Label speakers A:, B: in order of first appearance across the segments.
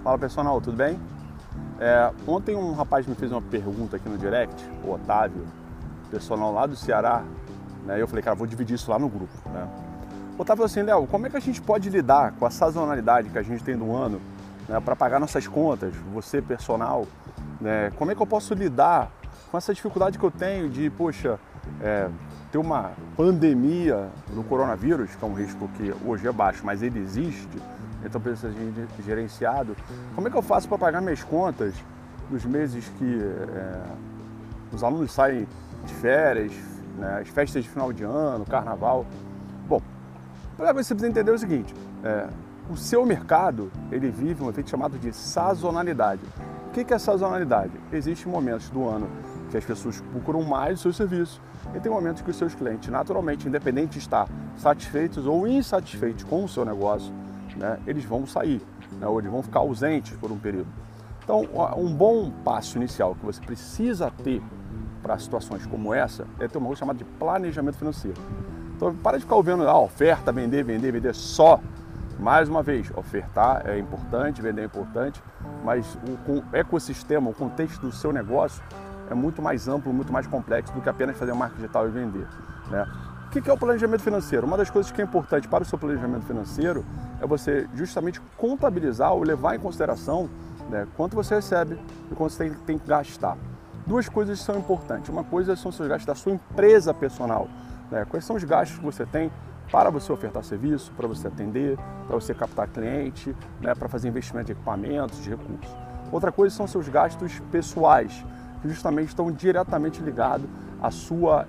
A: Fala pessoal, tudo bem? Ontem um rapaz me fez uma pergunta aqui no direct, o Otávio, personal lá do Ceará, né? E eu falei, cara, vou dividir isso lá no grupo, né? O Otávio falou assim, Léo, como é que a gente pode lidar com a sazonalidade que a gente tem do ano, né, para pagar nossas contas, você personal, né? Como é que eu posso lidar com essa dificuldade que eu tenho de, poxa, ter uma pandemia do coronavírus, que é um risco que hoje é baixo, mas ele existe, então precisa ser gerenciado. Como é que eu faço para pagar minhas contas nos meses que os alunos saem de férias, né, as festas de final de ano, carnaval? Bom, para você precisa entender o seguinte, o seu mercado, ele vive um efeito chamado de sazonalidade. O que é sazonalidade? Existem momentos do ano que as pessoas procuram mais o seu serviço e tem momentos que os seus clientes, naturalmente, independente de estar satisfeitos ou insatisfeitos com o seu negócio, né, eles vão sair, né, ou eles vão ficar ausentes por um período. Então, um bom passo inicial que você precisa ter para situações como essa é ter uma coisa chamada de planejamento financeiro. Então, para de ficar ouvindo oferta, vender só. Mais uma vez, ofertar é importante, vender é importante, mas o ecossistema, o contexto do seu negócio é muito mais amplo, muito mais complexo do que apenas fazer marketing digital e vender, né? O que é o planejamento financeiro? Uma das coisas que é importante para o seu planejamento financeiro é você justamente contabilizar ou levar em consideração, né, quanto você recebe e quanto você tem que gastar. Duas coisas são importantes. Uma coisa são os seus gastos da sua empresa personal, né? Quais são os gastos que você tem para você ofertar serviço, para você atender, para você captar cliente, né, para fazer investimento de equipamentos, de recursos. Outra coisa são seus gastos pessoais, que justamente estão diretamente ligados à sua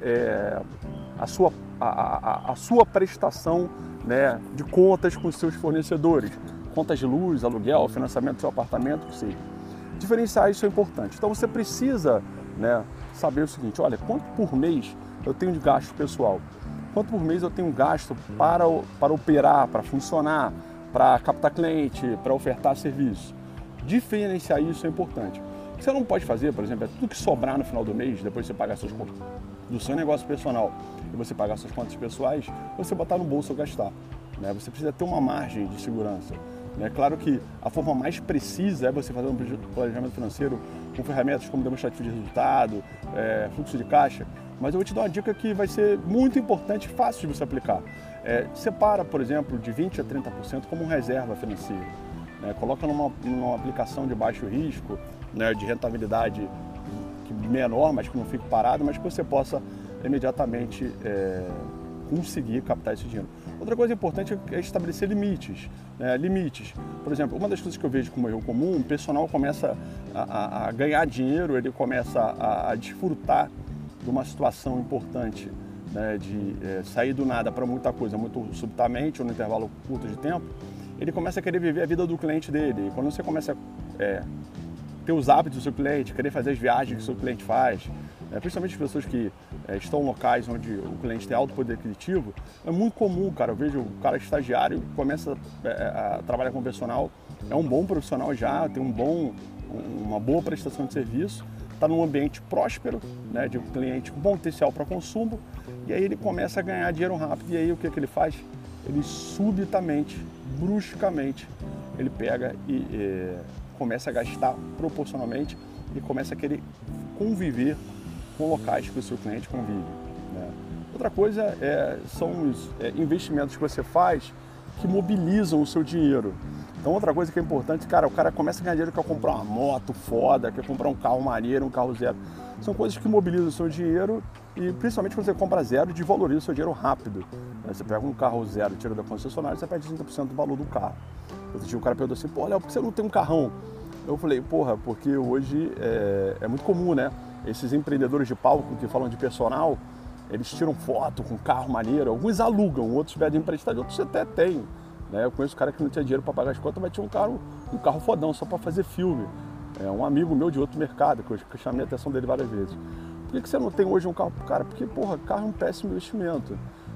A: prestação, né, de contas com os seus fornecedores, contas de luz, aluguel, financiamento do seu apartamento, que seja. Diferenciar isso é importante. Então você precisa, né, saber o seguinte, olha, quanto por mês eu tenho de gasto pessoal? Quanto por mês eu tenho gasto para operar, para funcionar, para captar cliente, para ofertar serviço? Diferenciar isso é importante. O que você não pode fazer, por exemplo, é tudo que sobrar no final do mês, depois você pagar suas contas do seu negócio personal e você pagar suas contas pessoais, você botar no bolso ou gastar, né? Você precisa ter uma margem de segurança, né? Claro que a forma mais precisa é você fazer um planejamento financeiro com ferramentas como demonstrativo de resultado, fluxo de caixa, mas eu vou te dar uma dica que vai ser muito importante e fácil de você aplicar. Separa, por exemplo, de 20% a 30% como reserva financeira, né? Coloca numa aplicação de baixo risco, né, de rentabilidade menor, mas que não fique parado, mas que você possa imediatamente conseguir captar esse dinheiro. Outra coisa importante é estabelecer limites, né? Limites. Por exemplo, uma das coisas que eu vejo como erro comum, o personal começa a ganhar dinheiro, ele começa a desfrutar de uma situação importante, né, de sair do nada para muita coisa muito subitamente ou no intervalo curto de tempo, ele começa a querer viver a vida do cliente dele. E quando você começa a ter os hábitos do seu cliente, querer fazer as viagens que o seu cliente faz, principalmente as pessoas que estão em locais onde o cliente tem alto poder aquisitivo, é muito comum, cara. Eu vejo o cara estagiário começa a trabalhar com personal, é um bom profissional já, tem uma boa prestação de serviço, está num ambiente próspero, né, de um cliente com bom potencial para consumo, e aí ele começa a ganhar dinheiro rápido. E aí o que ele faz? Ele subitamente, bruscamente, ele pega e começa a gastar proporcionalmente e começa a querer conviver com locais que o seu cliente convive, né? Outra coisa são os investimentos que você faz que mobilizam o seu dinheiro. Então outra coisa que é importante, cara, o cara começa a ganhar dinheiro, quer comprar uma moto foda, quer comprar um carro maneiro, um carro zero. São coisas que mobilizam o seu dinheiro e principalmente quando você compra zero, desvaloriza o seu dinheiro rápido. Você pega um carro zero, tira da concessionária, você perde 30% do valor do carro. Outro dia o cara perguntou assim, pô, Léo, por que você não tem um carrão? Eu falei, porra, porque hoje é muito comum, né? Esses empreendedores de palco que falam de personal, eles tiram foto com carro maneiro, alguns alugam, outros pedem emprestado, outros até têm, né? Eu conheço um cara que não tinha dinheiro para pagar as contas, mas tinha um carro fodão só para fazer filme. Um amigo meu de outro mercado, que eu chamei a atenção dele várias vezes. Por que você não tem hoje um carro? Cara, porque, porra, carro é um péssimo investimento.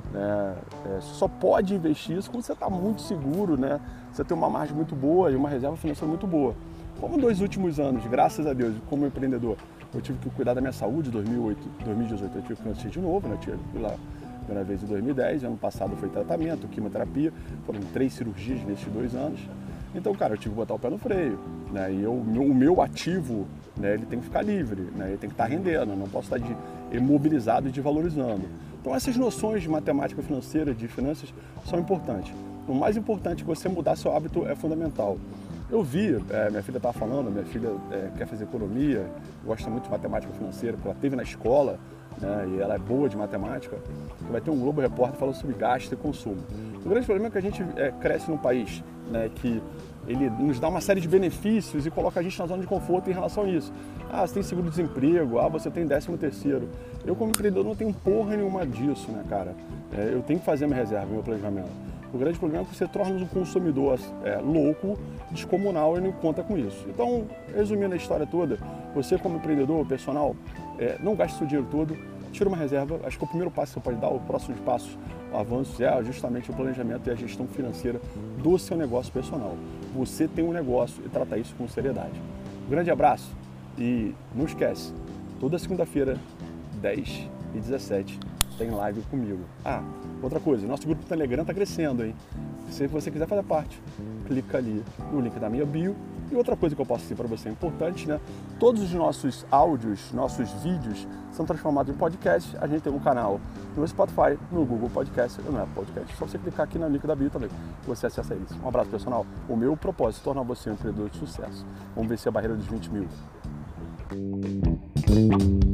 A: Você só pode investir isso quando você está muito seguro, né? Você tem uma margem muito boa e uma reserva financeira muito boa. Como nos últimos anos, graças a Deus, como empreendedor, eu tive que cuidar da minha saúde em 2018, eu tive câncer de novo, né? Eu fui lá a primeira vez em 2010, ano passado foi tratamento, quimioterapia, foram 3 cirurgias nesses 2 anos. Então, cara, eu tive que botar o pé no freio, né? E o meu ativo, né, ele tem que ficar livre, né? Ele tem que estar rendendo, eu não posso estar imobilizado e desvalorizando. Então, essas noções de matemática financeira, de finanças, são importantes. O mais importante é que você mudar seu hábito é fundamental. Eu vi, minha filha estava falando, minha filha quer fazer economia, gosta muito de matemática financeira, porque ela teve na escola, né, e ela é boa de matemática. Vai ter um Globo Repórter falando sobre gasto e consumo. O grande problema é que a gente cresce num país, né, que ele nos dá uma série de benefícios e coloca a gente na zona de conforto em relação a isso. Ah, você tem seguro-desemprego, você tem 13º. Eu, como empreendedor, não tenho porra nenhuma disso, né, cara? Eu tenho que fazer minha reserva, meu planejamento. O grande problema é que você torna um consumidor louco, descomunal e não conta com isso. Então, resumindo a história toda, você como empreendedor, personal, não gaste seu dinheiro todo, tira uma reserva. Acho que o primeiro passo que você pode dar, o próximo passo, o avanço, é justamente o planejamento e a gestão financeira do seu negócio personal. Você tem um negócio e trata isso com seriedade. Um grande abraço e não esquece, toda segunda-feira, 10h17, tem live comigo. Outra coisa, nosso grupo do Telegram está crescendo, hein? Se você quiser fazer parte, clica ali no link da minha bio. E outra coisa que eu posso dizer para você importante, né? Todos os nossos áudios, nossos vídeos são transformados em podcast. A gente tem um canal no Spotify, no Google Podcast, no Apple Podcast. Só você clicar aqui no link da bio também, você acessa isso. Um abraço, pessoal. O meu propósito é tornar você um empreendedor de sucesso. Vamos vencer a barreira dos 20 mil.